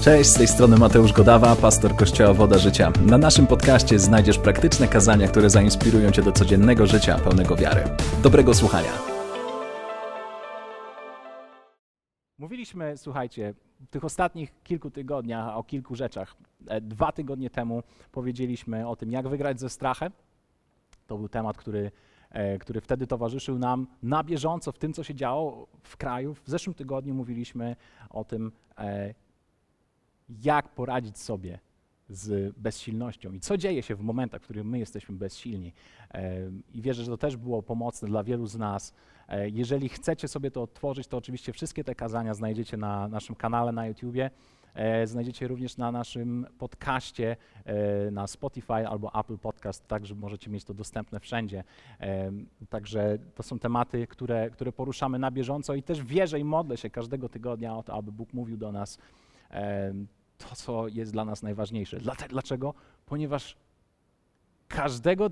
Cześć, z tej strony Mateusz Godawa, pastor Kościoła Woda Życia. Na naszym podcaście znajdziesz praktyczne kazania, które zainspirują Cię do codziennego życia pełnego wiary. Dobrego słuchania. Mówiliśmy, słuchajcie, w tych ostatnich kilku tygodniach o kilku rzeczach. 2 tygodnie temu powiedzieliśmy o tym, jak wygrać ze strachem. To był temat, który wtedy towarzyszył nam na bieżąco w tym, co się działo w kraju. W zeszłym tygodniu mówiliśmy o tym, jak poradzić sobie z bezsilnością i co dzieje się w momentach, w których my jesteśmy bezsilni. I wierzę, że to też było pomocne dla wielu z nas. Jeżeli chcecie sobie to odtworzyć, to oczywiście wszystkie te kazania znajdziecie na naszym kanale na YouTubie. Znajdziecie również na naszym podcaście na Spotify albo Apple Podcast, tak, że możecie mieć to dostępne wszędzie. Także to są tematy, które poruszamy na bieżąco i też wierzę i modlę się każdego tygodnia o to, aby Bóg mówił do nas to, co jest dla nas najważniejsze. Dlaczego? Ponieważ każdego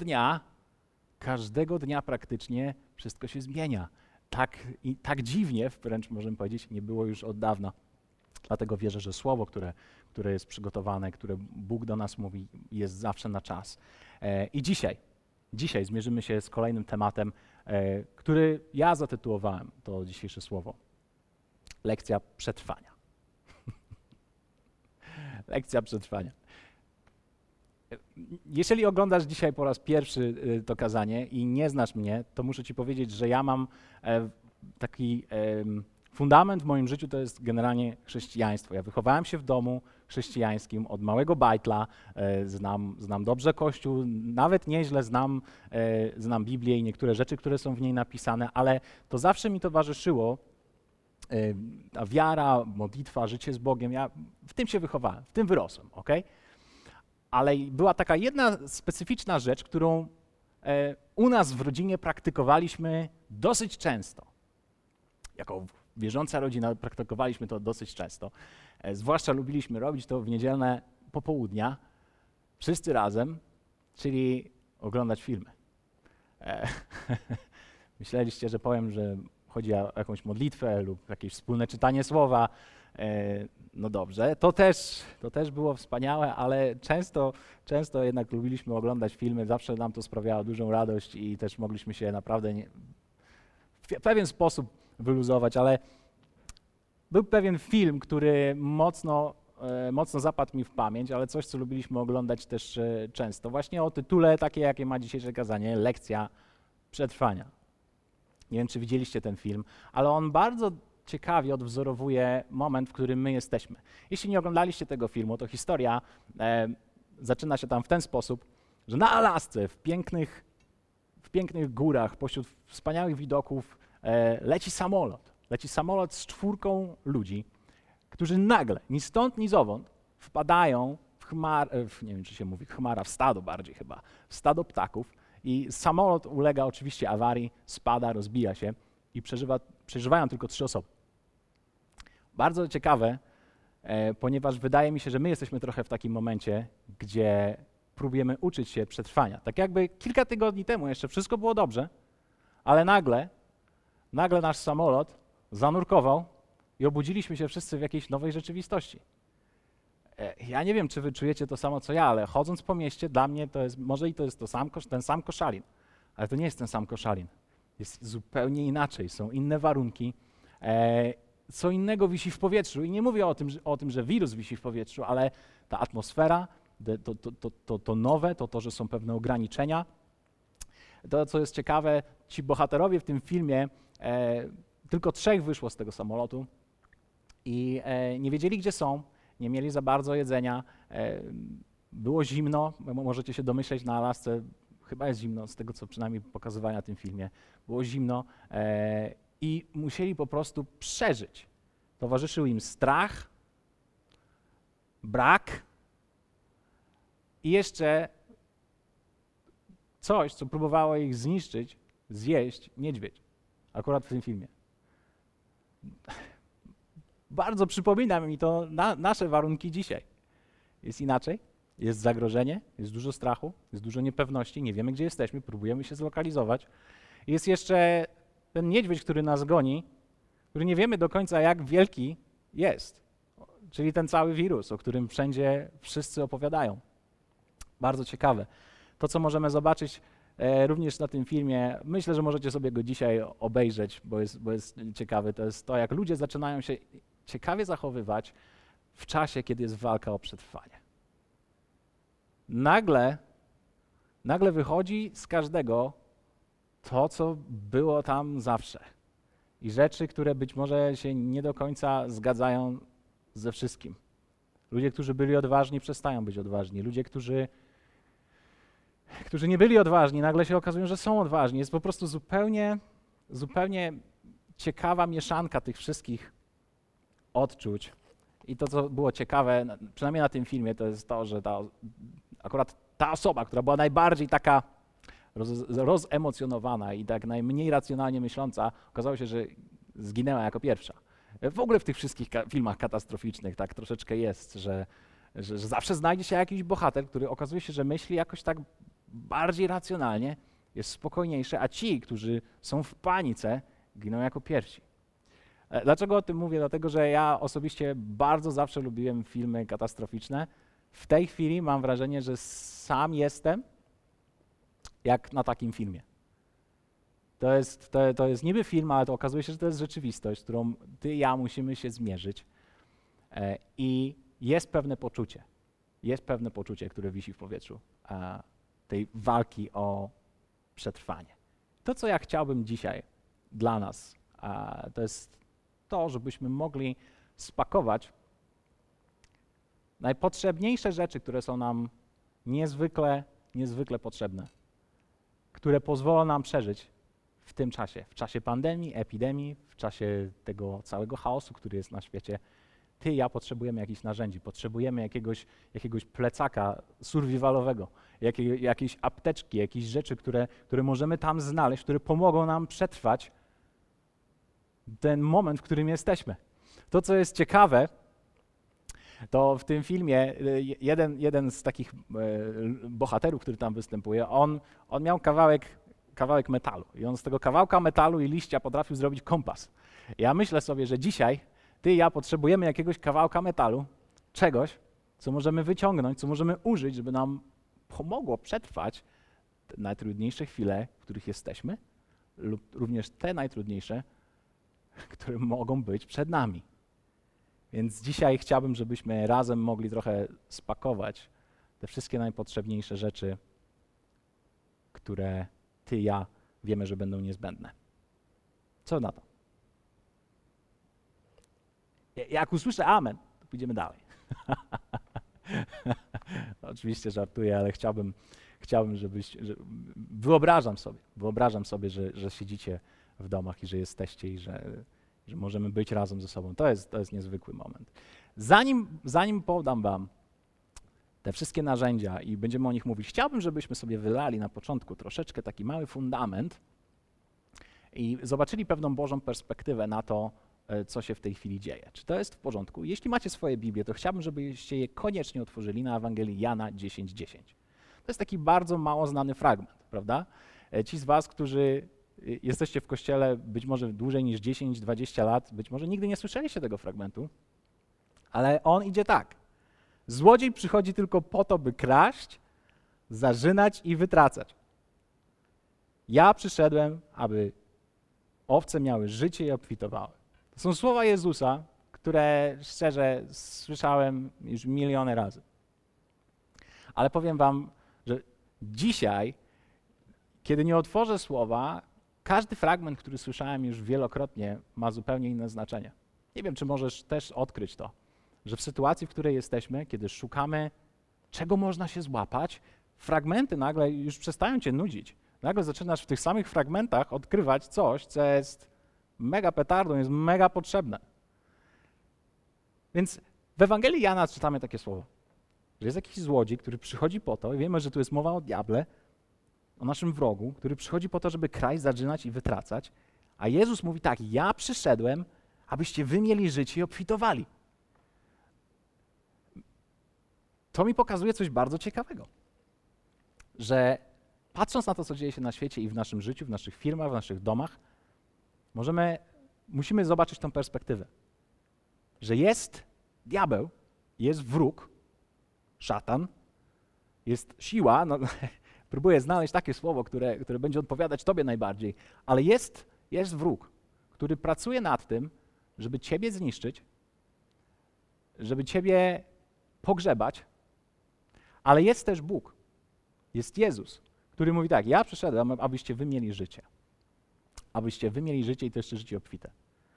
dnia praktycznie wszystko się zmienia. Tak dziwnie, wręcz możemy powiedzieć, nie było już od dawna. Dlatego wierzę, że słowo, które jest przygotowane, które Bóg do nas mówi, jest zawsze na czas. I dzisiaj zmierzymy się z kolejnym tematem, który ja zatytułowałem, to dzisiejsze słowo. Lekcja przetrwania. Lekcja przetrwania. Jeżeli oglądasz dzisiaj po raz pierwszy to kazanie i nie znasz mnie, to muszę Ci powiedzieć, że ja mam taki fundament w moim życiu, to jest generalnie chrześcijaństwo. Ja wychowałem się w domu chrześcijańskim od małego bajtla, znam dobrze Kościół, nawet nieźle znam Biblię i niektóre rzeczy, które są w niej napisane, ale to zawsze mi towarzyszyło. Ta wiara, modlitwa, życie z Bogiem, ja w tym się wychowałem, w tym wyrosłem, okej? Ale była taka jedna specyficzna rzecz, którą u nas w rodzinie praktykowaliśmy dosyć często. Jako wierząca rodzina praktykowaliśmy to dosyć często. Zwłaszcza lubiliśmy robić to w niedzielne popołudnia, wszyscy razem, czyli oglądać filmy. Myśleliście, że powiem, że chodzi o jakąś modlitwę lub jakieś wspólne czytanie słowa. No dobrze, to też było wspaniałe, ale często jednak lubiliśmy oglądać filmy, zawsze nam to sprawiało dużą radość i też mogliśmy się naprawdę w pewien sposób wyluzować, ale był pewien film, który mocno zapadł mi w pamięć, ale coś, co lubiliśmy oglądać też często. Właśnie o tytule takie, jakie ma dzisiejsze kazanie, Lekcja przetrwania. Nie wiem, czy widzieliście ten film, ale on bardzo ciekawie odwzorowuje moment, w którym my jesteśmy. Jeśli nie oglądaliście tego filmu, to historia zaczyna się tam w ten sposób, że na Alasce, w pięknych górach, pośród wspaniałych widoków leci samolot z 4 ludzi, którzy nagle, ni stąd, ni zowąd wpadają nie wiem, czy się mówi chmara, w stado bardziej chyba, w stado ptaków. I samolot ulega oczywiście awarii, spada, rozbija się i przeżywają tylko 3 osoby. Bardzo ciekawe, ponieważ wydaje mi się, że my jesteśmy trochę w takim momencie, gdzie próbujemy uczyć się przetrwania. Tak jakby kilka tygodni temu jeszcze wszystko było dobrze, ale nagle nasz samolot zanurkował i obudziliśmy się wszyscy w jakiejś nowej rzeczywistości. Ja nie wiem, czy wy czujecie to samo, co ja, ale chodząc po mieście, dla mnie to jest, może i to jest ten sam Koszalin, ale to nie jest ten sam Koszalin. Jest zupełnie inaczej, są inne warunki, co innego wisi w powietrzu. I nie mówię o tym, że wirus wisi w powietrzu, ale ta atmosfera, to nowe, to, że są pewne ograniczenia. To, co jest ciekawe, ci bohaterowie w tym filmie, tylko 3 wyszło z tego samolotu i nie wiedzieli, gdzie są. Nie mieli za bardzo jedzenia, było zimno, możecie się domyśleć, na Alasce chyba jest zimno, z tego co przynajmniej pokazywali na tym filmie, było zimno i musieli po prostu przeżyć. Towarzyszył im strach, brak i jeszcze coś, co próbowało ich zniszczyć, zjeść niedźwiedź, akurat w tym filmie. Bardzo przypomina mi to nasze warunki dzisiaj. Jest inaczej, jest zagrożenie, jest dużo strachu, jest dużo niepewności, nie wiemy, gdzie jesteśmy, próbujemy się zlokalizować. Jest jeszcze ten niedźwiedź, który nas goni, który nie wiemy do końca, jak wielki jest. czyli ten cały wirus, o którym wszędzie wszyscy opowiadają. Bardzo ciekawe. To, co możemy zobaczyć również na tym filmie, myślę, że możecie sobie go dzisiaj obejrzeć, bo jest ciekawy, to jest to, jak ludzie zaczynają się ciekawie zachowywać w czasie, kiedy jest walka o przetrwanie. Nagle wychodzi z każdego to, co było tam zawsze. I rzeczy, które być może się nie do końca zgadzają ze wszystkim. Ludzie, którzy byli odważni, przestają być odważni. Ludzie, którzy nie byli odważni, nagle się okazują, że są odważni. Jest po prostu zupełnie ciekawa mieszanka tych wszystkich odczuć. I to, co było ciekawe, przynajmniej na tym filmie, to jest to, że akurat ta osoba, która była najbardziej taka rozemocjonowana i tak najmniej racjonalnie myśląca, okazało się, że zginęła jako pierwsza. W ogóle w tych wszystkich filmach katastroficznych tak troszeczkę jest, że zawsze znajdzie się jakiś bohater, który okazuje się, że myśli jakoś tak bardziej racjonalnie, jest spokojniejszy, a ci, którzy są w panice, giną jako pierwsi. Dlaczego o tym mówię? Dlatego, że ja osobiście bardzo zawsze lubiłem filmy katastroficzne. W tej chwili mam wrażenie, że sam jestem jak na takim filmie. To jest niby film, ale to okazuje się, że to jest rzeczywistość, z którą ty i ja musimy się zmierzyć. I jest pewne poczucie, które wisi w powietrzu tej walki o przetrwanie. To, co ja chciałbym dzisiaj dla nas, to jest to, żebyśmy mogli spakować najpotrzebniejsze rzeczy, które są nam niezwykle potrzebne, które pozwolą nam przeżyć w tym czasie, w czasie pandemii, epidemii, w czasie tego całego chaosu, który jest na świecie. Ty i ja potrzebujemy jakichś narzędzi, potrzebujemy jakiegoś plecaka survivalowego, jakiejś apteczki, jakichś rzeczy, które możemy tam znaleźć, które pomogą nam przetrwać ten moment, w którym jesteśmy. To, co jest ciekawe, to w tym filmie jeden z takich bohaterów, który tam występuje, on miał kawałek metalu i on z tego kawałka metalu i liścia potrafił zrobić kompas. Ja myślę sobie, że dzisiaj ty i ja potrzebujemy jakiegoś kawałka metalu, czegoś, co możemy wyciągnąć, co możemy użyć, żeby nam pomogło przetrwać te najtrudniejsze chwile, w których jesteśmy, lub również te najtrudniejsze, które mogą być przed nami. Więc dzisiaj chciałbym, żebyśmy razem mogli trochę spakować te wszystkie najpotrzebniejsze rzeczy, które ty i ja wiemy, że będą niezbędne. Co na to? Jak usłyszę amen, to pójdziemy dalej. Oczywiście żartuję, ale chciałbym wyobrażam sobie, że siedzicie w domach i że jesteście i że możemy być razem ze sobą. To jest niezwykły moment. Zanim podam wam te wszystkie narzędzia i będziemy o nich mówić, chciałbym, żebyśmy sobie wylali na początku troszeczkę taki mały fundament i zobaczyli pewną Bożą perspektywę na to, co się w tej chwili dzieje. Czy to jest w porządku? Jeśli macie swoje Biblię, to chciałbym, żebyście je koniecznie otworzyli na Ewangelii Jana 10:10. To jest taki bardzo mało znany fragment, prawda? Ci z was, którzy jesteście w Kościele być może dłużej niż 10-20 lat, być może nigdy nie słyszeliście tego fragmentu, ale on idzie tak. Złodziej przychodzi tylko po to, by kraść, zarzynać i wytracać. Ja przyszedłem, aby owce miały życie i obfitowały. To są słowa Jezusa, które szczerze słyszałem już miliony razy. Ale powiem wam, że dzisiaj, kiedy nie otworzę słowa, każdy fragment, który słyszałem już wielokrotnie, ma zupełnie inne znaczenie. Nie wiem, czy możesz też odkryć to, że w sytuacji, w której jesteśmy, kiedy szukamy, czego można się złapać, fragmenty nagle już przestają cię nudzić. Nagle zaczynasz w tych samych fragmentach odkrywać coś, co jest mega petardą, jest mega potrzebne. Więc w Ewangelii Jana czytamy takie słowo, że jest jakiś złodziej, który przychodzi po to, i wiemy, że tu jest mowa o diable, o naszym wrogu, który przychodzi po to, żeby kraść, zarzynać i wytracać, a Jezus mówi tak, ja przyszedłem, abyście wy mieli życie i obfitowali. To mi pokazuje coś bardzo ciekawego, że patrząc na to, co dzieje się na świecie i w naszym życiu, w naszych firmach, w naszych domach, musimy zobaczyć tą perspektywę, że jest diabeł, jest wróg, szatan, jest siła, no, próbuję znaleźć takie słowo, które będzie odpowiadać tobie najbardziej, ale jest wróg, który pracuje nad tym, żeby ciebie zniszczyć, żeby ciebie pogrzebać, ale jest też Bóg, jest Jezus, który mówi tak, ja przyszedłem, abyście wy mieli życie. Abyście wy mieli życie i to jeszcze życie obfite.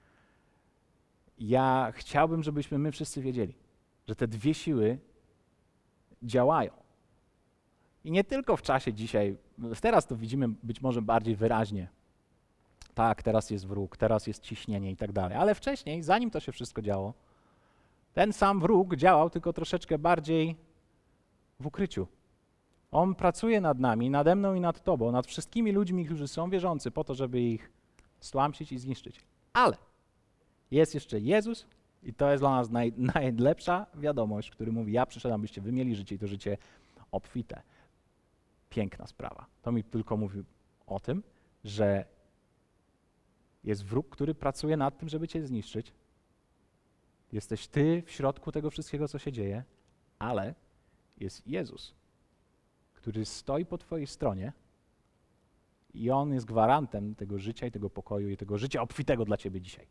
Ja chciałbym, żebyśmy my wszyscy wiedzieli, że te dwie siły działają. I nie tylko w czasie dzisiaj, teraz to widzimy być może bardziej wyraźnie. Tak, teraz jest wróg, teraz jest ciśnienie i tak dalej, ale wcześniej, zanim to się wszystko działo, ten sam wróg działał tylko troszeczkę bardziej w ukryciu. On pracuje nad nami, nade mną i nad tobą, nad wszystkimi ludźmi, którzy są wierzący, po to, żeby ich stłamsić i zniszczyć. Ale jest jeszcze Jezus i to jest dla nas najlepsza wiadomość, który mówi, ja przyszedłem, abyście wy mieli życie i to życie obfite. Piękna sprawa. To mi tylko mówi o tym, że jest wróg, który pracuje nad tym, żeby cię zniszczyć. Jesteś ty w środku tego wszystkiego, co się dzieje, ale jest Jezus, który stoi po twojej stronie i On jest gwarantem tego życia i tego pokoju i tego życia obfitego dla ciebie dzisiaj.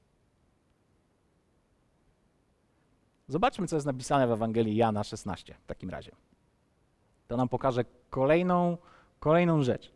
Zobaczmy, co jest napisane w Ewangelii Jana 16 w takim razie. To nam pokaże kolejną rzecz.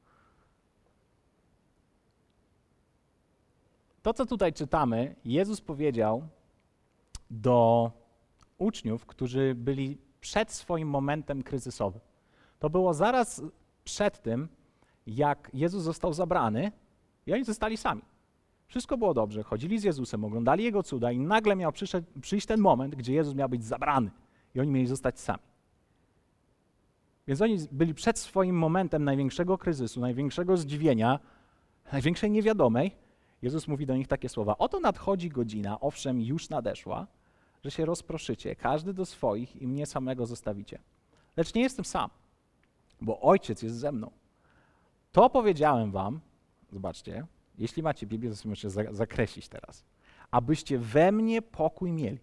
To, co tutaj czytamy, Jezus powiedział do uczniów, którzy byli przed swoim momentem kryzysowym. To było zaraz przed tym, jak Jezus został zabrany i oni zostali sami. Wszystko było dobrze, chodzili z Jezusem, oglądali Jego cuda i nagle miał przyjść ten moment, gdzie Jezus miał być zabrany i oni mieli zostać sami. Więc oni byli przed swoim momentem największego kryzysu, największego zdziwienia, największej niewiadomej. Jezus mówi do nich takie słowa: oto nadchodzi godzina, owszem już nadeszła, że się rozproszycie, każdy do swoich i mnie samego zostawicie. Lecz nie jestem sam, bo Ojciec jest ze mną. To powiedziałem wam, zobaczcie, jeśli macie Biblię, to sobie możecie zakreślić teraz, abyście we mnie pokój mieli.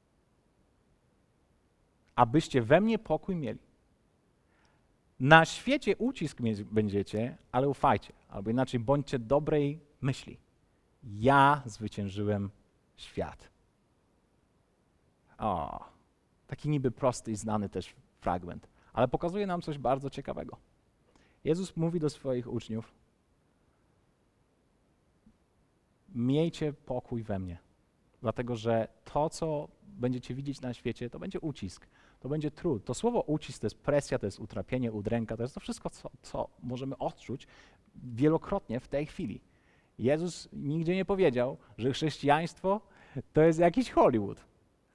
Abyście we mnie pokój mieli. Na świecie ucisk mieć będziecie, ale ufajcie, albo inaczej bądźcie dobrej myśli. Ja zwyciężyłem świat. O, taki niby prosty i znany też fragment, ale pokazuje nam coś bardzo ciekawego. Jezus mówi do swoich uczniów: miejcie pokój we mnie, dlatego że to, co będziecie widzieć na świecie, to będzie ucisk, to będzie trud. To słowo ucisk to jest presja, to jest utrapienie, udręka, to jest to wszystko, co możemy odczuć wielokrotnie w tej chwili. Jezus nigdzie nie powiedział, że chrześcijaństwo to jest jakiś Hollywood.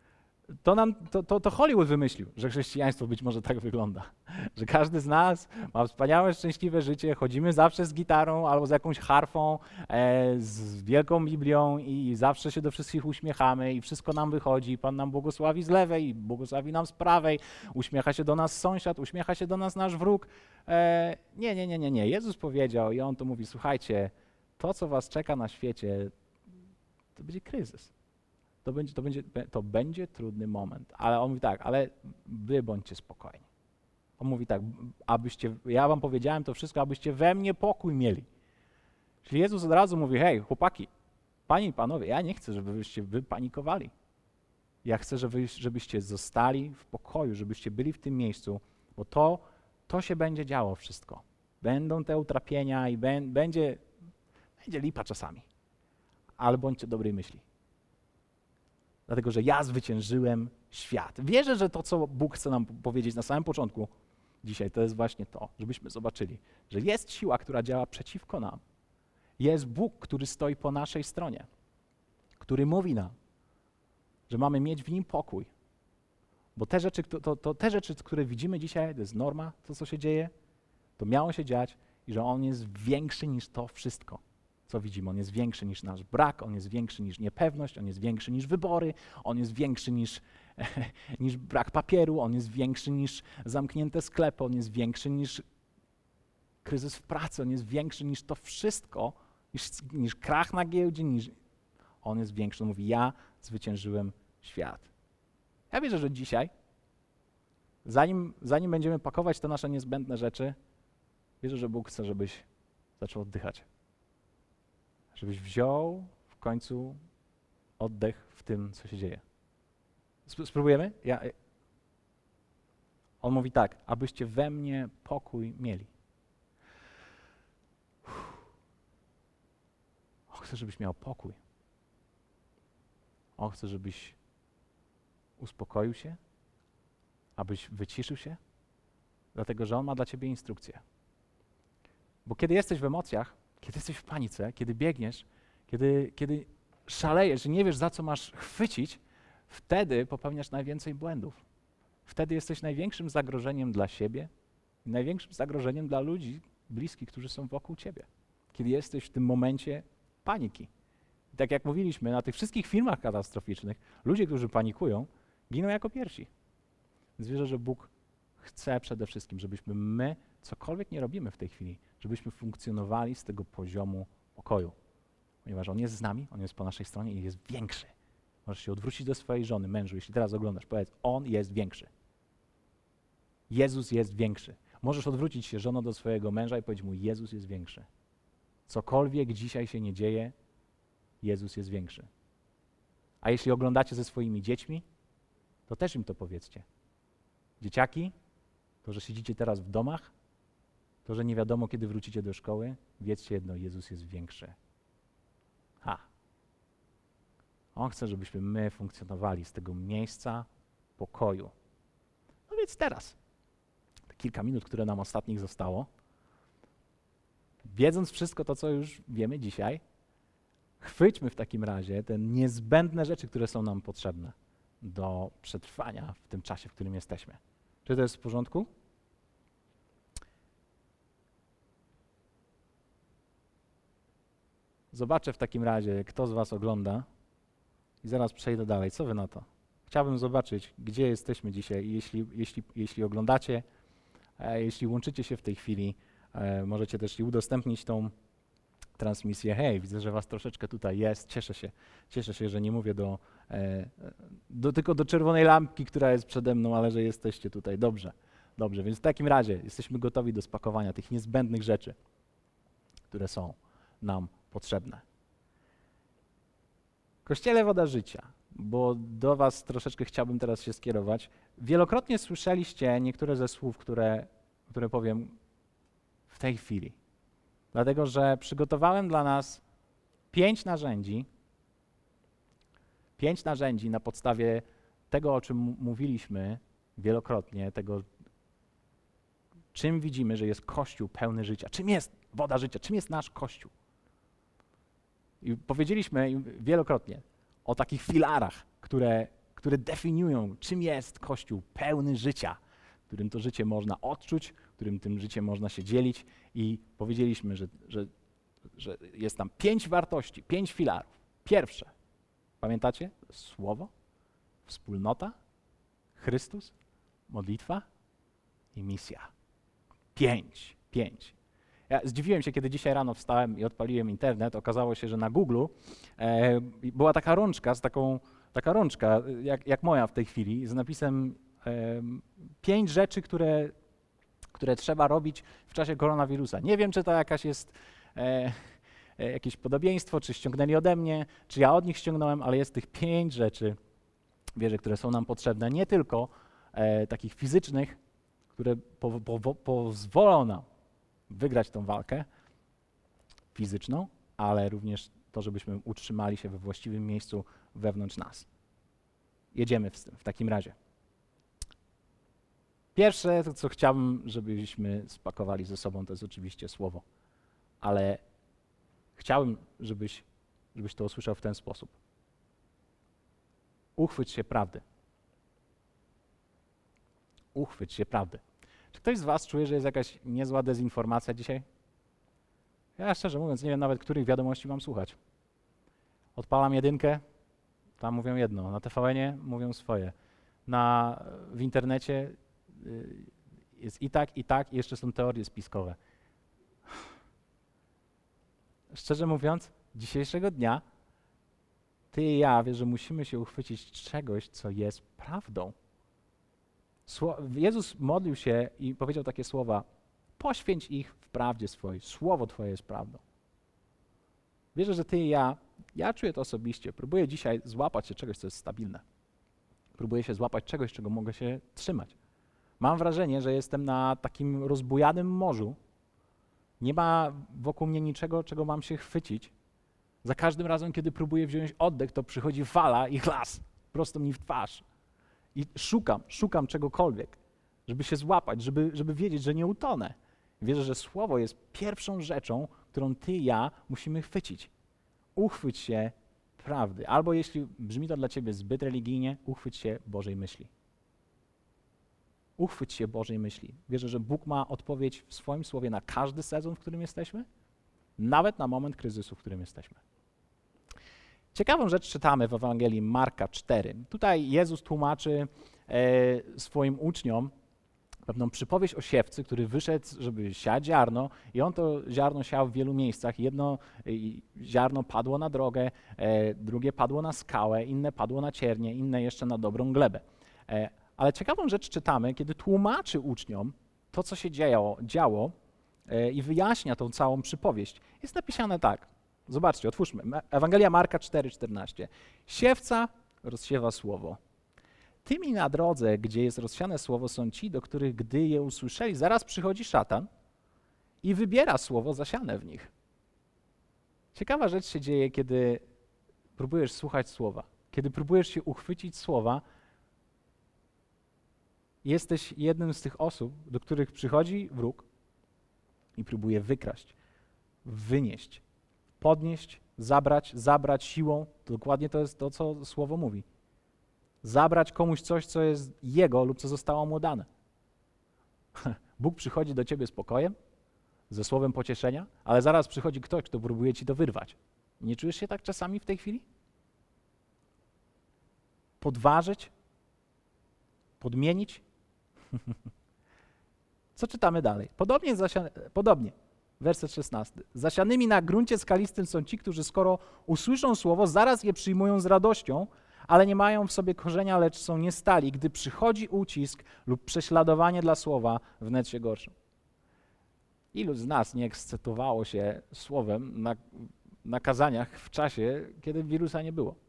To Hollywood wymyślił, że chrześcijaństwo być może tak wygląda. Że każdy z nas ma wspaniałe, szczęśliwe życie, chodzimy zawsze z gitarą albo z jakąś harfą, z wielką Biblią i zawsze się do wszystkich uśmiechamy i wszystko nam wychodzi. Pan nam błogosławi z lewej i błogosławi nam z prawej. Uśmiecha się do nas sąsiad, uśmiecha się do nas nasz wróg. Nie. Jezus powiedział i On to mówi: słuchajcie, to, co was czeka na świecie, to będzie kryzys. To będzie trudny moment. Ale on mówi tak, ale wy bądźcie spokojni. On mówi tak, ja wam powiedziałem to wszystko, abyście we mnie pokój mieli. Czyli Jezus od razu mówi: hej, chłopaki, panie i panowie, ja nie chcę, żebyście wy panikowali. Ja chcę, żebyście zostali w pokoju, żebyście byli w tym miejscu, bo to się będzie działo wszystko. Będą te utrapienia i będzie lipa czasami, ale bądźcie dobrej myśli. Dlatego, że ja zwyciężyłem świat. Wierzę, że to, co Bóg chce nam powiedzieć na samym początku dzisiaj, to jest właśnie to, żebyśmy zobaczyli, że jest siła, która działa przeciwko nam. Jest Bóg, który stoi po naszej stronie, który mówi nam, że mamy mieć w Nim pokój. Bo te rzeczy, które widzimy dzisiaj, to jest norma, to co się dzieje, to miało się dziać i że On jest większy niż to wszystko, co widzimy. On jest większy niż nasz brak, On jest większy niż niepewność, On jest większy niż wybory, On jest większy niż brak papieru, On jest większy niż zamknięte sklepy, On jest większy niż kryzys w pracy, On jest większy niż to wszystko, niż krach na giełdzie, On jest większy. On mówi: ja zwyciężyłem świat. Ja wierzę, że dzisiaj, zanim będziemy pakować te nasze niezbędne rzeczy, wierzę, że Bóg chce, żebyś zaczął oddychać. Żebyś wziął w końcu oddech w tym, co się dzieje. Spróbujemy? On mówi tak, abyście we mnie pokój mieli. On chce, żebyś miał pokój. On chce, żebyś uspokoił się, abyś wyciszył się, dlatego że On ma dla ciebie instrukcję. Bo kiedy jesteś w emocjach, kiedy jesteś w panice, kiedy biegniesz, kiedy szalejesz i nie wiesz, za co masz chwycić, wtedy popełniasz najwięcej błędów. Wtedy jesteś największym zagrożeniem dla siebie i największym zagrożeniem dla ludzi bliskich, którzy są wokół ciebie. Kiedy jesteś w tym momencie paniki. I tak jak mówiliśmy, na tych wszystkich filmach katastroficznych, ludzie, którzy panikują, giną jako pierwsi. Więc wierzę, że Bóg chce przede wszystkim, żebyśmy my, cokolwiek nie robimy w tej chwili, żebyśmy funkcjonowali z tego poziomu pokoju. Ponieważ On jest z nami, On jest po naszej stronie i jest większy. Możesz się odwrócić do swojej żony, mężu, jeśli teraz oglądasz, powiedz, On jest większy. Jezus jest większy. Możesz odwrócić się, żono, do swojego męża i powiedzieć mu, Jezus jest większy. Cokolwiek dzisiaj się nie dzieje, Jezus jest większy. A jeśli oglądacie ze swoimi dziećmi, to też im to powiedzcie. Dzieciaki, to, że siedzicie teraz w domach, to, że nie wiadomo, kiedy wrócicie do szkoły, wiedzcie jedno, Jezus jest większy. On chce, żebyśmy my funkcjonowali z tego miejsca pokoju. No więc teraz, te kilka minut, które nam ostatnich zostało, wiedząc wszystko to, co już wiemy dzisiaj, chwyćmy w takim razie te niezbędne rzeczy, które są nam potrzebne do przetrwania w tym czasie, w którym jesteśmy. Czy to jest w porządku? Zobaczę w takim razie, kto z was ogląda i zaraz przejdę dalej. Co wy na to? Chciałbym zobaczyć, gdzie jesteśmy dzisiaj. Jeśli oglądacie, jeśli łączycie się w tej chwili, możecie też i udostępnić tą transmisję. Hej, widzę, że was troszeczkę tutaj jest. Cieszę się, że nie mówię tylko do czerwonej lampki, która jest przede mną, ale że jesteście tutaj. Dobrze, więc w takim razie jesteśmy gotowi do spakowania tych niezbędnych rzeczy, które są nam potrzebne. Kościele Woda Życia, bo do was troszeczkę chciałbym teraz się skierować. Wielokrotnie słyszeliście niektóre ze słów, które powiem w tej chwili. Dlatego, że przygotowałem dla nas 5 narzędzi na podstawie tego, o czym mówiliśmy wielokrotnie, tego, czym widzimy, że jest Kościół pełny życia. Czym jest woda życia? Czym jest nasz Kościół? I powiedzieliśmy wielokrotnie o takich filarach, które definiują, czym jest Kościół pełny życia, w którym to życie można odczuć, w którym tym życiem można się dzielić i powiedzieliśmy, że jest tam 5 wartości, 5 filarów. Pierwsze, pamiętacie? Słowo, wspólnota, Chrystus, modlitwa i misja. 5. Ja zdziwiłem się, kiedy dzisiaj rano wstałem i odpaliłem internet. Okazało się, że na Google była taka rączka, taka rączka jak moja w tej chwili, z napisem 5 rzeczy, które trzeba robić w czasie koronawirusa. Nie wiem, czy to jakieś podobieństwo, czy ściągnęli ode mnie, czy ja od nich ściągnąłem, ale jest tych 5 rzeczy, wierzę, które są nam potrzebne, nie tylko takich fizycznych, które pozwolą nam wygrać tą walkę fizyczną, ale również to, żebyśmy utrzymali się we właściwym miejscu wewnątrz nas. Jedziemy w takim razie. Pierwsze, to co chciałbym, żebyśmy spakowali ze sobą, to jest oczywiście słowo, ale chciałbym, żebyś to usłyszał w ten sposób. Uchwyć się prawdy. Uchwyć się prawdy. Czy ktoś z was czuje, że jest jakaś niezła dezinformacja dzisiaj? Ja szczerze mówiąc nie wiem nawet, których wiadomości mam słuchać. Odpalam jedynkę, tam mówią jedno, na TVN-ie mówią swoje. W internecie jest i tak, i jeszcze są teorie spiskowe. Szczerze mówiąc, dzisiejszego dnia ty i ja, wiesz, że musimy się uchwycić czegoś, co jest prawdą. Jezus modlił się i powiedział takie słowa: poświęć ich w prawdzie swojej, słowo Twoje jest prawdą. Wierzę, że ty i ja czuję to osobiście, próbuję dzisiaj złapać się czegoś, co jest stabilne. Próbuję się złapać czegoś, czego mogę się trzymać. Mam wrażenie, że jestem na takim rozbujanym morzu. Nie ma wokół mnie niczego, czego mam się chwycić. Za każdym razem, kiedy próbuję wziąć oddech, to przychodzi fala i chlas, prosto mi w twarz. I szukam czegokolwiek, żeby się złapać, żeby wiedzieć, że nie utonę. Wierzę, że Słowo jest pierwszą rzeczą, którą ty i ja musimy chwycić. Uchwyć się prawdy. Albo jeśli brzmi to dla ciebie zbyt religijnie, uchwyć się Bożej myśli. Uchwyć się Bożej myśli. Wierzę, że Bóg ma odpowiedź w swoim Słowie na każdy sezon, w którym jesteśmy, nawet na moment kryzysu, w którym jesteśmy. Ciekawą rzecz czytamy w Ewangelii Marka 4. Tutaj Jezus tłumaczy swoim uczniom pewną przypowieść o siewcy, który wyszedł, żeby siać ziarno i on to ziarno siał w wielu miejscach. Jedno ziarno padło na drogę, drugie padło na skałę, inne padło na ciernie, inne jeszcze na dobrą glebę. Ale ciekawą rzecz czytamy, kiedy tłumaczy uczniom to, co się działo i wyjaśnia tą całą przypowieść. Jest napisane tak. Zobaczcie, otwórzmy. Ewangelia Marka 4,14. Siewca rozsiewa słowo. Tymi na drodze, gdzie jest rozsiane słowo, są ci, do których, gdy je usłyszeli, zaraz przychodzi szatan i wybiera słowo zasiane w nich. Ciekawa rzecz się dzieje, kiedy próbujesz słuchać słowa. Kiedy próbujesz się uchwycić słowa, jesteś jednym z tych osób, do których przychodzi wróg i próbuje wykraść, wynieść, podnieść, zabrać siłą. Dokładnie to jest to, co słowo mówi. Zabrać komuś coś, co jest jego lub co zostało mu dane. Bóg przychodzi do ciebie z pokojem, ze słowem pocieszenia, ale zaraz przychodzi ktoś, kto próbuje ci to wyrwać. Nie czujesz się tak czasami w tej chwili? Podważyć? Podmienić? Co czytamy dalej? Podobnie, werset 16. Zasianymi na gruncie skalistym są ci, którzy skoro usłyszą słowo, zaraz je przyjmują z radością, ale nie mają w sobie korzenia, lecz są niestali. Gdy przychodzi ucisk lub prześladowanie dla słowa, wnet się gorszą. Ilu z nas nie ekscytowało się słowem na kazaniach w czasie, kiedy wirusa nie było?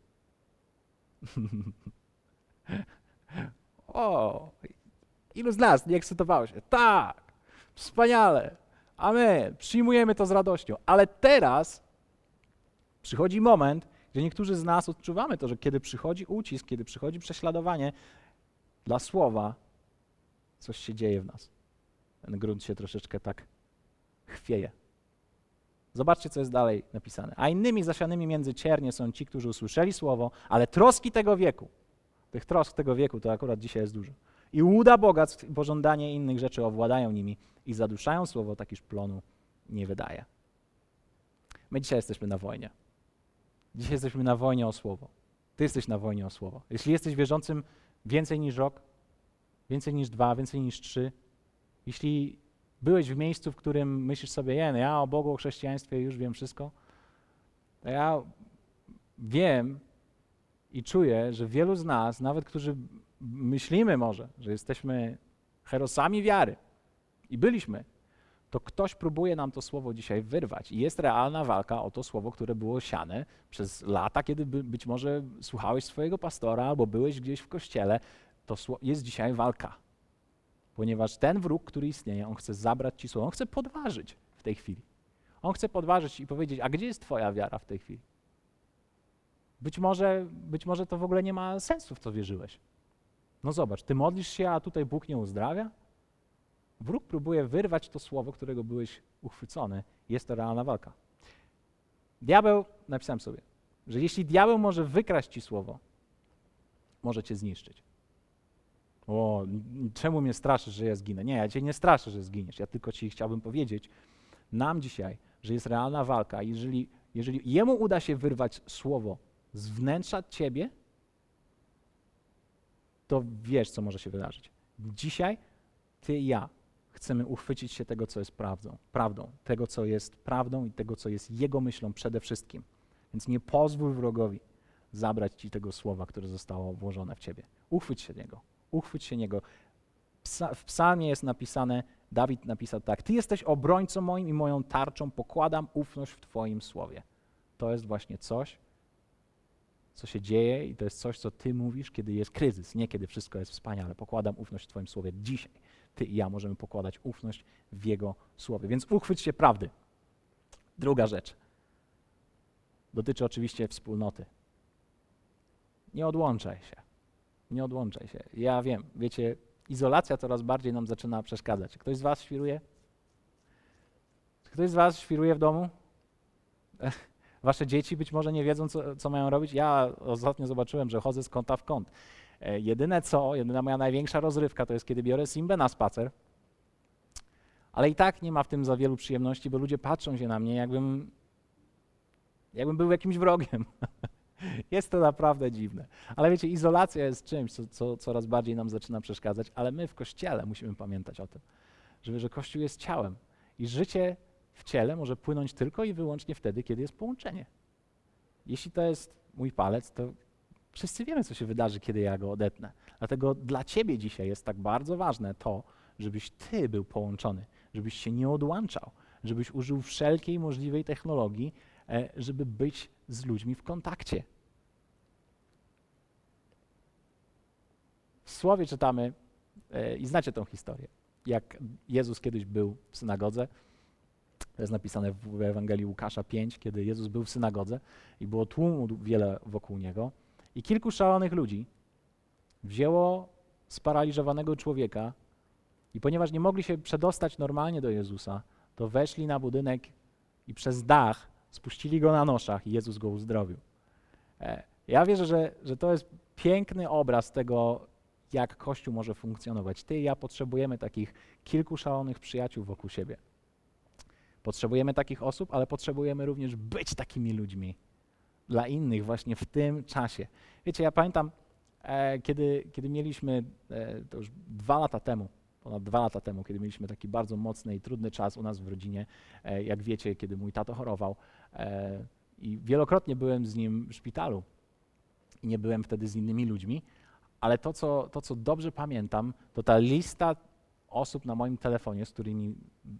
O, ilu z nas nie ekscytowało się? Tak, wspaniale, amen, przyjmujemy to z radością. Ale teraz przychodzi moment, gdzie niektórzy z nas odczuwamy to, że kiedy przychodzi ucisk, kiedy przychodzi prześladowanie dla słowa, coś się dzieje w nas. Ten grunt się troszeczkę tak chwieje. Zobaczcie, co jest dalej napisane. A innymi zasianymi między ciernie są ci, którzy usłyszeli słowo, ale troski tego wieku, tych trosk tego wieku to akurat dzisiaj jest dużo. I łuda bogactw i pożądanie innych rzeczy owładają nimi i zaduszają słowo, tak iż plonu nie wydaje. My dzisiaj jesteśmy na wojnie. Dzisiaj jesteśmy na wojnie o słowo. Ty jesteś na wojnie o słowo. Jeśli jesteś wierzącym więcej niż rok, więcej niż 2, więcej niż 3, jeśli byłeś w miejscu, w którym myślisz sobie, ja o Bogu, o chrześcijaństwie już wiem wszystko, to ja wiem i czuję, że wielu z nas, nawet którzy myślimy może, że jesteśmy herosami wiary i byliśmy, to ktoś próbuje nam to słowo dzisiaj wyrwać. I jest realna walka o to słowo, które było siane przez lata, kiedy być może słuchałeś swojego pastora albo byłeś gdzieś w kościele. To jest dzisiaj walka. Ponieważ ten wróg, który istnieje, on chce zabrać ci słowo, on chce podważyć w tej chwili. On chce podważyć i powiedzieć, a gdzie jest twoja wiara w tej chwili? Być może to w ogóle nie ma sensu, w co wierzyłeś. No zobacz, ty modlisz się, a tutaj Bóg nie uzdrawia? Wróg próbuje wyrwać to słowo, którego byłeś uchwycony. Jest to realna walka. Diabeł, napisałem sobie, że jeśli diabeł może wykraść ci słowo, może cię zniszczyć. O, czemu mnie straszysz, że ja zginę? Nie, ja cię nie straszę, że zginiesz. Ja tylko ci chciałbym powiedzieć nam dzisiaj, że jest realna walka. Jeżeli jemu uda się wyrwać słowo z wnętrza ciebie, to wiesz, co może się wydarzyć. Dzisiaj ty i ja chcemy uchwycić się tego, co jest prawdą, tego, co jest prawdą i tego, co jest jego myślą przede wszystkim. Więc nie pozwól wrogowi zabrać ci tego słowa, które zostało włożone w ciebie. Uchwyć się niego. Uchwyć się niego. W psalmie jest napisane, Dawid napisał tak: Ty jesteś obrońcą moim i moją tarczą, pokładam ufność w Twoim słowie. To jest właśnie coś, co się dzieje i to jest coś, co Ty mówisz, kiedy jest kryzys, nie kiedy wszystko jest wspaniale. Pokładam ufność w Twoim słowie. Dzisiaj Ty i ja możemy pokładać ufność w Jego słowie. Więc uchwyć się prawdy. Druga rzecz dotyczy oczywiście wspólnoty. Nie odłączaj się. Nie odłączaj się. Ja wiem, wiecie, izolacja coraz bardziej nam zaczyna przeszkadzać. Ktoś z was świruje? Ktoś z was świruje w domu? Wasze dzieci być może nie wiedzą, co mają robić. Ja ostatnio zobaczyłem, że chodzę z kąta w kąt. Jedyna moja największa rozrywka to jest, kiedy biorę Simbę na spacer, ale i tak nie ma w tym za wielu przyjemności, bo ludzie patrzą się na mnie, jakbym był jakimś wrogiem. Jest to naprawdę dziwne. Ale wiecie, izolacja jest czymś, co coraz bardziej nam zaczyna przeszkadzać, ale my w Kościele musimy pamiętać o tym, że Kościół jest ciałem i życie w ciele może płynąć tylko i wyłącznie wtedy, kiedy jest połączenie. Jeśli to jest mój palec, to wszyscy wiemy, co się wydarzy, kiedy ja go odetnę. Dlatego dla ciebie dzisiaj jest tak bardzo ważne to, żebyś ty był połączony, żebyś się nie odłączał, żebyś użył wszelkiej możliwej technologii, żeby być z ludźmi w kontakcie. W Słowie czytamy, i znacie tą historię, jak Jezus kiedyś był w synagodze. To jest napisane w Ewangelii Łukasza 5, kiedy Jezus był w synagodze i było tłumu wiele wokół Niego i kilku szalonych ludzi wzięło sparaliżowanego człowieka i ponieważ nie mogli się przedostać normalnie do Jezusa, to weszli na budynek i przez dach spuścili go na noszach i Jezus go uzdrowił. Ja wierzę, że to jest piękny obraz tego, jak Kościół może funkcjonować. Ty i ja potrzebujemy takich kilku szalonych przyjaciół wokół siebie. Potrzebujemy takich osób, ale potrzebujemy również być takimi ludźmi dla innych właśnie w tym czasie. Wiecie, ja pamiętam, kiedy mieliśmy, to już ponad 2 lata temu, kiedy mieliśmy taki bardzo mocny i trudny czas u nas w rodzinie, jak wiecie, kiedy mój tato chorował i wielokrotnie byłem z nim w szpitalu i nie byłem wtedy z innymi ludźmi, ale to, co dobrze pamiętam, to ta lista osób na moim telefonie, z którymi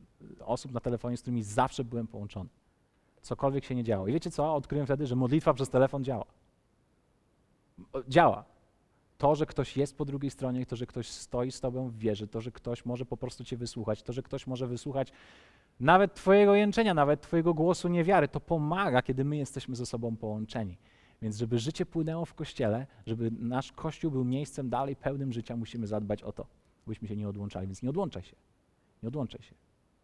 zawsze byłem połączony. Cokolwiek się nie działo. I wiecie co? Odkryłem wtedy, że modlitwa przez telefon działa. Działa. To, że ktoś jest po drugiej stronie, to, że ktoś stoi z tobą w wierze, to, że ktoś może po prostu cię wysłuchać, to, że ktoś może wysłuchać nawet twojego jęczenia, nawet twojego głosu niewiary, to pomaga, kiedy my jesteśmy ze sobą połączeni. Więc żeby życie płynęło w Kościele, żeby nasz Kościół był miejscem dalej pełnym życia, musimy zadbać o to, byśmy się nie odłączali. Więc nie odłączaj się. Nie odłączaj się.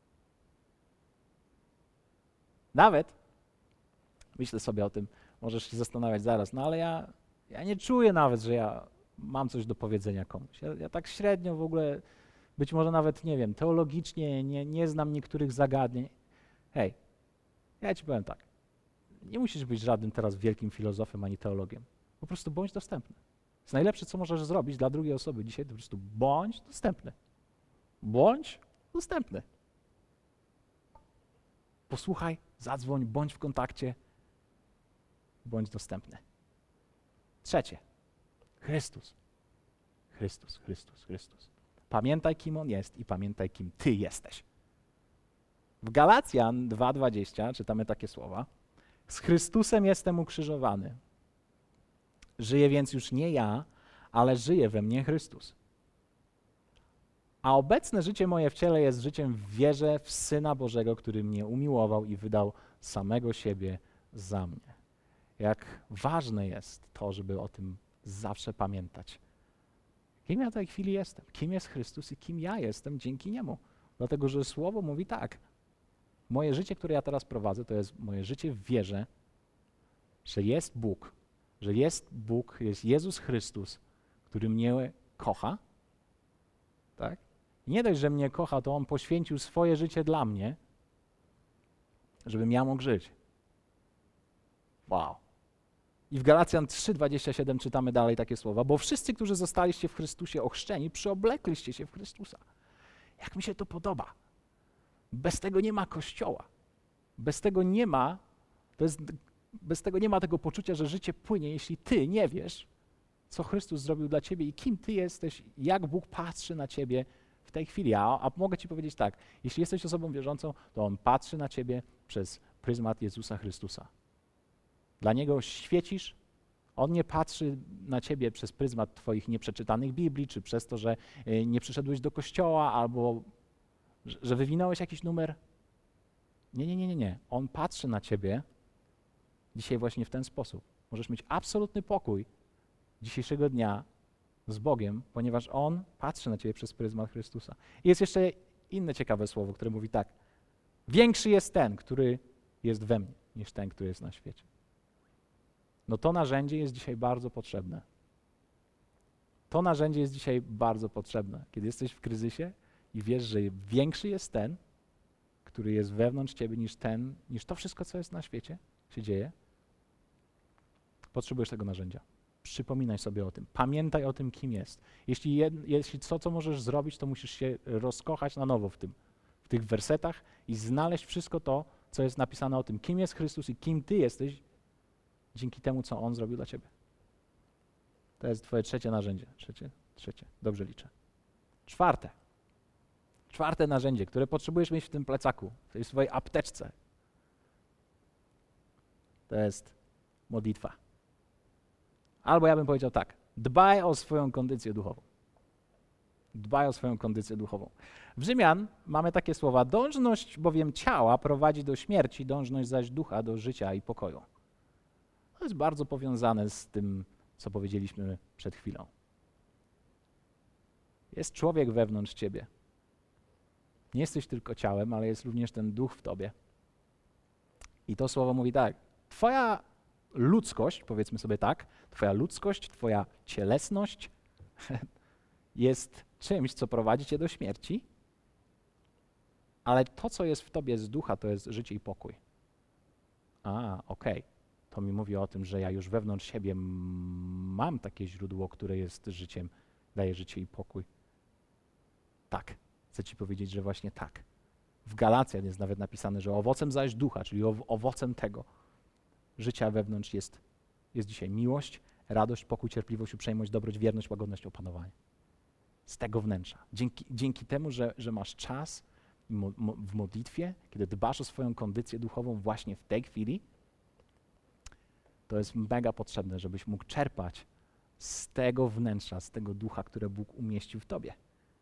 Nawet, myślę sobie o tym, możesz się zastanawiać zaraz, no ale ja nie czuję nawet, że ja mam coś do powiedzenia komuś. Ja tak średnio w ogóle, być może nawet, nie wiem, teologicznie nie znam niektórych zagadnień. Hej, ja ci powiem tak, nie musisz być żadnym teraz wielkim filozofem ani teologiem. Po prostu bądź dostępny. To jest najlepsze, co możesz zrobić dla drugiej osoby dzisiaj, to po prostu bądź dostępny. Bądź dostępny. Posłuchaj, zadzwoń, bądź w kontakcie, bądź dostępny. Trzecie. Chrystus. Chrystus, Chrystus, Chrystus. Pamiętaj, kim On jest i pamiętaj, kim Ty jesteś. W Galacjan 2:20 czytamy takie słowa. Z Chrystusem jestem ukrzyżowany. Żyję więc już nie ja, ale żyje we mnie Chrystus. A obecne życie moje w ciele jest życiem w wierze w Syna Bożego, który mnie umiłował i wydał samego siebie za mnie. Jak ważne jest to, żeby o tym zawsze pamiętać. Kim ja w tej chwili jestem? Kim jest Chrystus i kim ja jestem dzięki Niemu? Dlatego, że Słowo mówi tak. Moje życie, które ja teraz prowadzę, to jest moje życie w wierze, że jest Bóg, jest Jezus Chrystus, który mnie kocha, tak? I nie dość, że mnie kocha, to On poświęcił swoje życie dla mnie, żebym ja mógł żyć. Wow. I w Galacjan 3:27 czytamy dalej takie słowa, bo wszyscy, którzy zostaliście w Chrystusie ochrzczeni, przyoblekliście się w Chrystusa. Jak mi się to podoba. Bez tego nie ma Kościoła. Bez tego nie ma, to jest Bez tego nie ma tego poczucia, że życie płynie, jeśli ty nie wiesz, co Chrystus zrobił dla ciebie i kim ty jesteś, jak Bóg patrzy na ciebie w tej chwili. A mogę ci powiedzieć tak, jeśli jesteś osobą wierzącą, to On patrzy na ciebie przez pryzmat Jezusa Chrystusa. Dla Niego świecisz. On nie patrzy na ciebie przez pryzmat twoich nieprzeczytanych Biblii, czy przez to, że nie przyszedłeś do kościoła, albo że wywinąłeś jakiś numer. Nie. On patrzy na ciebie dzisiaj właśnie w ten sposób. Możesz mieć absolutny pokój dzisiejszego dnia z Bogiem, ponieważ On patrzy na ciebie przez pryzmat Chrystusa. I jest jeszcze inne ciekawe słowo, które mówi tak. Większy jest ten, który jest we mnie, niż ten, który jest na świecie. No to narzędzie jest dzisiaj bardzo potrzebne. To narzędzie jest dzisiaj bardzo potrzebne. Kiedy jesteś w kryzysie i wiesz, że większy jest ten, który jest wewnątrz ciebie niż to wszystko, co jest na świecie, się dzieje, potrzebujesz tego narzędzia. Przypominaj sobie o tym. Pamiętaj o tym, kim jest. Jeśli co możesz zrobić, to musisz się rozkochać na nowo w tych wersetach i znaleźć wszystko to, co jest napisane o tym, kim jest Chrystus i kim ty jesteś dzięki temu, co On zrobił dla ciebie. To jest twoje trzecie narzędzie. Trzecie. Dobrze liczę. Czwarte narzędzie, które potrzebujesz mieć w tym plecaku, w tej swojej apteczce, to jest modlitwa. Albo ja bym powiedział tak, dbaj o swoją kondycję duchową. Dbaj o swoją kondycję duchową. W Rzymian mamy takie słowa, dążność bowiem ciała prowadzi do śmierci, dążność zaś ducha do życia i pokoju. To jest bardzo powiązane z tym, co powiedzieliśmy przed chwilą. Jest człowiek wewnątrz ciebie. Nie jesteś tylko ciałem, ale jest również ten duch w tobie. I to słowo mówi tak, twoja ludzkość, powiedzmy sobie tak, twoja ludzkość, twoja cielesność jest czymś, co prowadzi cię do śmierci, ale to, co jest w tobie z ducha, to jest życie i pokój. Okej. To mi mówi o tym, że ja już wewnątrz siebie mam takie źródło, które jest życiem, daje życie i pokój. Tak. Chcę ci powiedzieć, że właśnie tak. W Galacjan jest nawet napisane, że owocem zaś ducha, czyli owocem tego życia wewnątrz jest dzisiaj miłość, radość, pokój, cierpliwość, uprzejmość, dobroć, wierność, łagodność, opanowanie. Z tego wnętrza. Dzięki temu, że masz czas w modlitwie, kiedy dbasz o swoją kondycję duchową właśnie w tej chwili, to jest mega potrzebne, żebyś mógł czerpać z tego wnętrza, z tego ducha, które Bóg umieścił w tobie.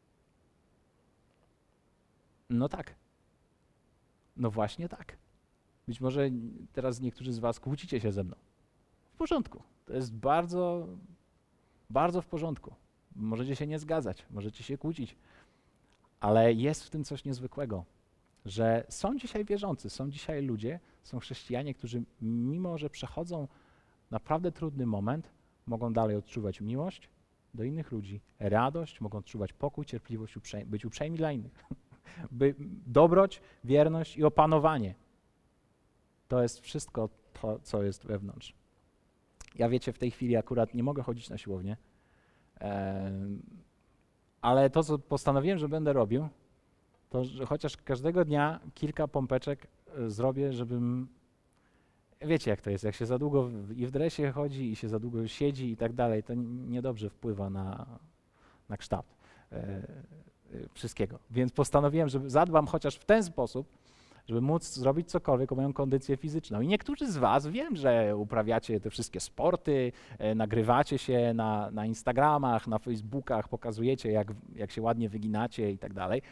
No tak. No właśnie tak. Być może teraz niektórzy z was kłócicie się ze mną. W porządku. To jest bardzo, bardzo w porządku. Możecie się nie zgadzać, możecie się kłócić, ale jest w tym coś niezwykłego, że są dzisiaj wierzący, są dzisiaj ludzie, są chrześcijanie, którzy mimo, że przechodzą naprawdę trudny moment, mogą dalej odczuwać miłość do innych ludzi, radość, mogą odczuwać pokój, cierpliwość, być uprzejmi dla innych. Dobroć, wierność i opanowanie. To jest wszystko to, co jest wewnątrz. Ja wiecie, w tej chwili akurat nie mogę chodzić na siłownię, ale to, co postanowiłem, że będę robił, to że chociaż każdego dnia kilka pompeczek zrobię, żebym... Wiecie, jak to jest, jak się za długo i w dresie chodzi, i się za długo siedzi i tak dalej, to niedobrze wpływa na kształt wszystkiego. Więc postanowiłem, że zadbam chociaż w ten sposób, żeby móc zrobić cokolwiek o moją kondycję fizyczną. I niektórzy z was, wiem, że uprawiacie te wszystkie sporty, nagrywacie się na Instagramach, na Facebookach, pokazujecie, jak się ładnie wyginacie i tak dalej.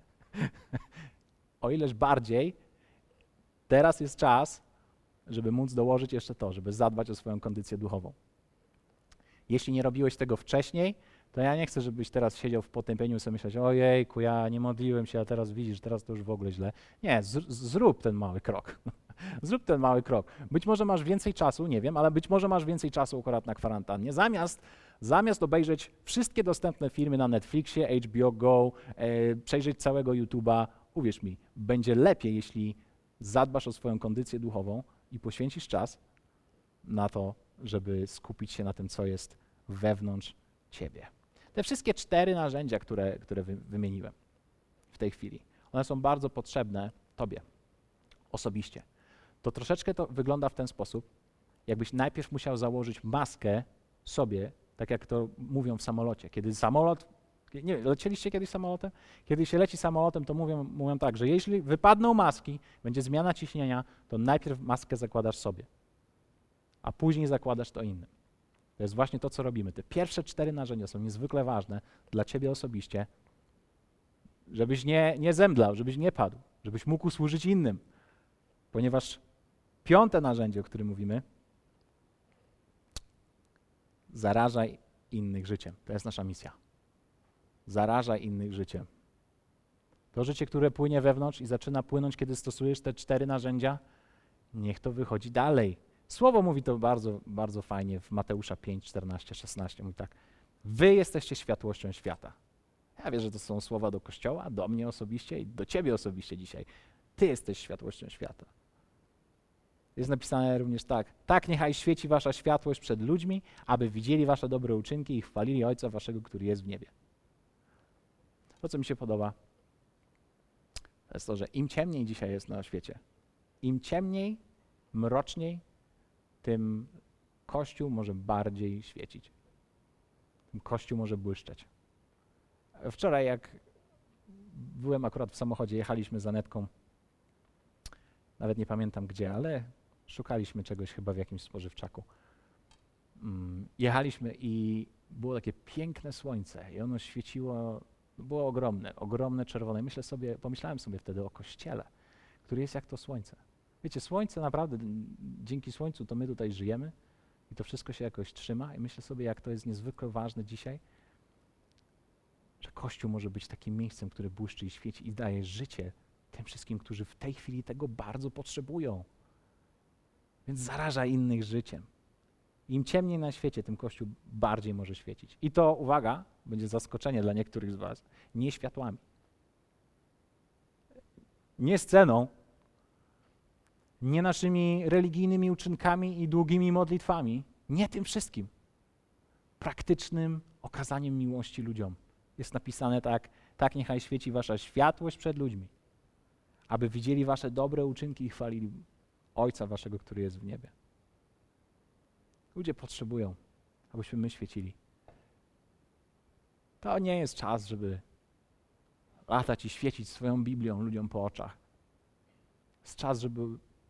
O ileż bardziej teraz jest czas, żeby móc dołożyć jeszcze to, żeby zadbać o swoją kondycję duchową. Jeśli nie robiłeś tego wcześniej, to ja nie chcę, żebyś teraz siedział w potępieniu i sobie myśleć, ojejku, ja nie modliłem się, a teraz widzisz, teraz to już w ogóle źle. Nie, zrób ten mały krok. Zrób ten mały krok. Być może masz więcej czasu, nie wiem, ale być może masz więcej czasu akurat na kwarantannie. Zamiast obejrzeć wszystkie dostępne filmy na Netflixie, HBO Go, przejrzeć całego YouTube'a, uwierz mi, będzie lepiej, jeśli zadbasz o swoją kondycję duchową i poświęcisz czas na to, żeby skupić się na tym, co jest wewnątrz ciebie. Te wszystkie 4 narzędzia, które wymieniłem w tej chwili, one są bardzo potrzebne tobie osobiście. to troszeczkę to wygląda w ten sposób, jakbyś najpierw musiał założyć maskę sobie, tak jak to mówią w samolocie. Kiedy samolot, nie wiem, lecieliście kiedyś samolotem? Kiedy się leci samolotem, to mówią tak, że jeśli wypadną maski, będzie zmiana ciśnienia, to najpierw maskę zakładasz sobie, a później zakładasz to innym. To jest właśnie to, co robimy. Te pierwsze 4 narzędzia są niezwykle ważne dla ciebie osobiście, żebyś nie zemdlał, żebyś nie padł, żebyś mógł służyć innym. Ponieważ 5. narzędzie, o którym mówimy, zarażaj innych życiem. To jest nasza misja. Zarażaj innych życiem. To życie, które płynie wewnątrz i zaczyna płynąć, kiedy stosujesz te 4 narzędzia, niech to wychodzi dalej. Słowo mówi to bardzo, bardzo fajnie w Mateusza 5, 14, 16. Mówi tak, wy jesteście światłością świata. Ja wiem, że to są słowa do Kościoła, do mnie osobiście i do ciebie osobiście dzisiaj. Ty jesteś światłością świata. Jest napisane również tak, tak niechaj świeci wasza światłość przed ludźmi, aby widzieli wasze dobre uczynki i chwalili Ojca waszego, który jest w niebie. To, co mi się podoba, to jest to, że im ciemniej dzisiaj jest na świecie, im ciemniej, mroczniej, tym Kościół może bardziej świecić. Tym Kościół może błyszczeć. Wczoraj, jak byłem akurat w samochodzie, jechaliśmy z Anetką, nawet nie pamiętam gdzie, ale szukaliśmy czegoś chyba w jakimś spożywczaku. Jechaliśmy i było takie piękne słońce i ono świeciło, było ogromne czerwone. Pomyślałem sobie wtedy o Kościele, który jest jak to słońce. Wiecie, słońce naprawdę, dzięki słońcu to my tutaj żyjemy i to wszystko się jakoś trzyma i myślę sobie, jak to jest niezwykle ważne dzisiaj, że Kościół może być takim miejscem, które błyszczy i świeci i daje życie tym wszystkim, którzy w tej chwili tego bardzo potrzebują. Więc zarażaj innych życiem. Im ciemniej na świecie, tym Kościół bardziej może świecić. I to, uwaga, będzie zaskoczenie dla niektórych z was, nie światłami. Nie sceną, nie naszymi religijnymi uczynkami i długimi modlitwami, nie tym wszystkim. Praktycznym okazaniem miłości ludziom. Jest napisane tak niechaj świeci wasza światłość przed ludźmi, aby widzieli wasze dobre uczynki i chwalili Ojca waszego, który jest w niebie. Ludzie potrzebują, abyśmy my świecili. To nie jest czas, żeby latać i świecić swoją Biblią ludziom po oczach. Jest czas, żeby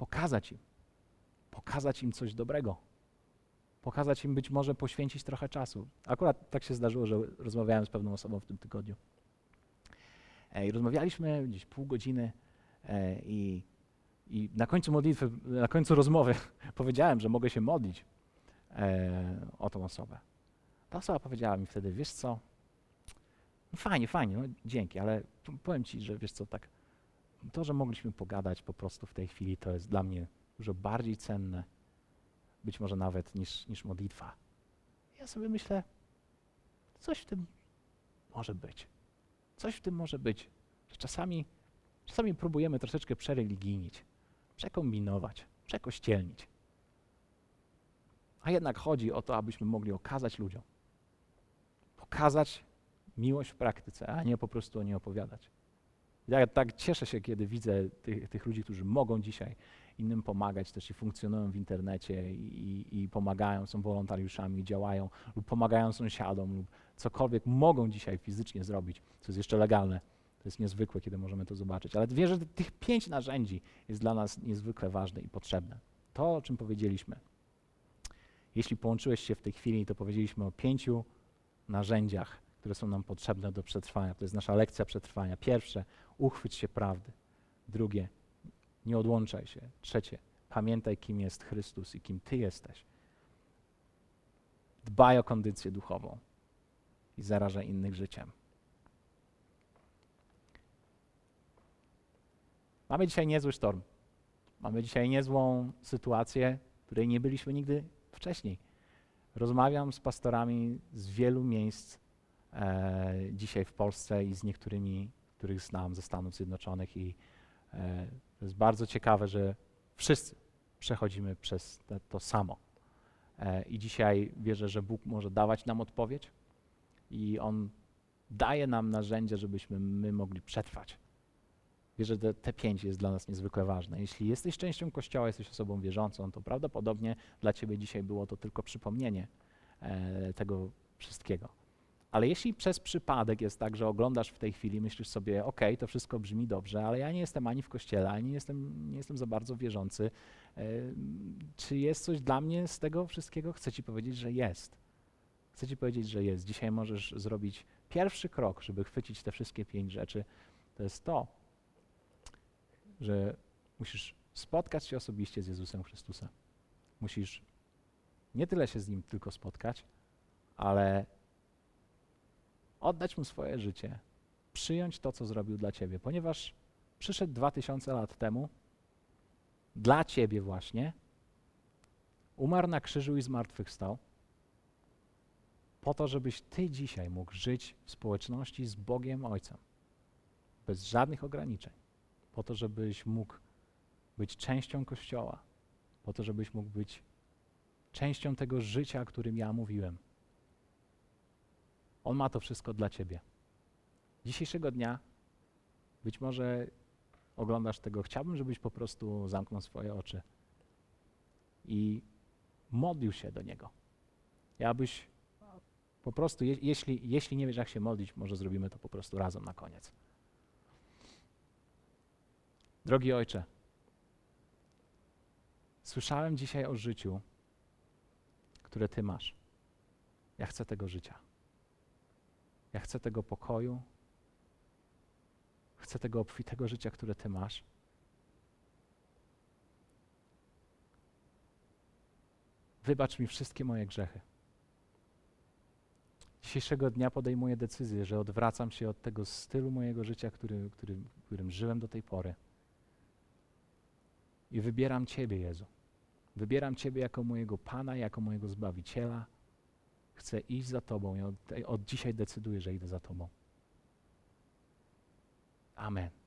pokazać im coś dobrego. Pokazać im, być może poświęcić trochę czasu. Akurat tak się zdarzyło, że rozmawiałem z pewną osobą w tym tygodniu. I rozmawialiśmy gdzieś pół godziny i na końcu modlitwy, na końcu rozmowy powiedziałem, że mogę się modlić o tą osobę. Ta osoba powiedziała mi wtedy, wiesz co, no fajnie, no dzięki, ale powiem ci, że wiesz co, tak, to, że mogliśmy pogadać po prostu w tej chwili, to jest dla mnie dużo bardziej cenne, być może nawet niż modlitwa. Ja sobie myślę, coś w tym może być. Coś w tym może być, że czasami próbujemy troszeczkę przereligijnić, przekombinować, przekościelnić. A jednak chodzi o to, abyśmy mogli okazać ludziom, pokazać miłość w praktyce, a nie po prostu o niej opowiadać. Ja tak cieszę się, kiedy widzę tych ludzi, którzy mogą dzisiaj innym pomagać też i funkcjonują w internecie i pomagają, są wolontariuszami, działają lub pomagają sąsiadom lub cokolwiek mogą dzisiaj fizycznie zrobić, co jest jeszcze legalne. To jest niezwykłe, kiedy możemy to zobaczyć. Ale wierzę, że tych 5 narzędzi jest dla nas niezwykle ważne i potrzebne. To, o czym powiedzieliśmy. Jeśli połączyłeś się w tej chwili, to powiedzieliśmy o 5 narzędziach, które są nam potrzebne do przetrwania. To jest nasza lekcja przetrwania. Pierwsze, uchwyć się prawdy. Drugie, nie odłączaj się. Trzecie, pamiętaj, kim jest Chrystus i kim ty jesteś. Dbaj o kondycję duchową i zarażaj innych życiem. Mamy dzisiaj niezły sztorm. Mamy dzisiaj niezłą sytuację, której nie byliśmy nigdy wcześniej. Rozmawiam z pastorami z wielu miejsc dzisiaj w Polsce i z niektórymi, których znam ze Stanów Zjednoczonych i to jest bardzo ciekawe, że wszyscy przechodzimy przez to samo. I dzisiaj wierzę, że Bóg może dawać nam odpowiedź i On daje nam narzędzia, żebyśmy my mogli przetrwać. Wierzę, że te 5 jest dla nas niezwykle ważne. Jeśli jesteś częścią Kościoła, jesteś osobą wierzącą, to prawdopodobnie dla ciebie dzisiaj było to tylko przypomnienie tego wszystkiego. Ale jeśli przez przypadek jest tak, że oglądasz w tej chwili, myślisz sobie, okej, to wszystko brzmi dobrze, ale ja nie jestem ani w Kościele, ani nie jestem za bardzo wierzący, czy jest coś dla mnie z tego wszystkiego? Chcę ci powiedzieć, że jest. Chcę ci powiedzieć, że jest. Dzisiaj możesz zrobić pierwszy krok, żeby chwycić te wszystkie 5 rzeczy. To jest to, że musisz spotkać się osobiście z Jezusem Chrystusem. Musisz nie tyle się z Nim tylko spotkać, ale oddać Mu swoje życie, przyjąć to, co zrobił dla ciebie, ponieważ przyszedł 2000 lat temu dla ciebie właśnie, umarł na krzyżu i zmartwychwstał, po to, żebyś ty dzisiaj mógł żyć w społeczności z Bogiem Ojcem, bez żadnych ograniczeń, po to, żebyś mógł być częścią Kościoła, po to, żebyś mógł być częścią tego życia, o którym ja mówiłem. On ma to wszystko dla ciebie. Dzisiejszego dnia być może oglądasz tego. Chciałbym, żebyś po prostu zamknął swoje oczy i modlił się do Niego. Ja byś po prostu, jeśli nie wiesz, jak się modlić, może zrobimy to po prostu razem na koniec. Drogi Ojcze, słyszałem dzisiaj o życiu, które Ty masz. Ja chcę tego życia. Ja chcę tego pokoju. Chcę tego obfitego życia, które Ty masz. Wybacz mi wszystkie moje grzechy. Dzisiejszego dnia podejmuję decyzję, że odwracam się od tego stylu mojego życia, którym żyłem do tej pory. I wybieram Ciebie, Jezu. Wybieram Ciebie jako mojego Pana, jako mojego Zbawiciela. Chcę iść za Tobą i od dzisiaj decyduję, że idę za Tobą. Amen.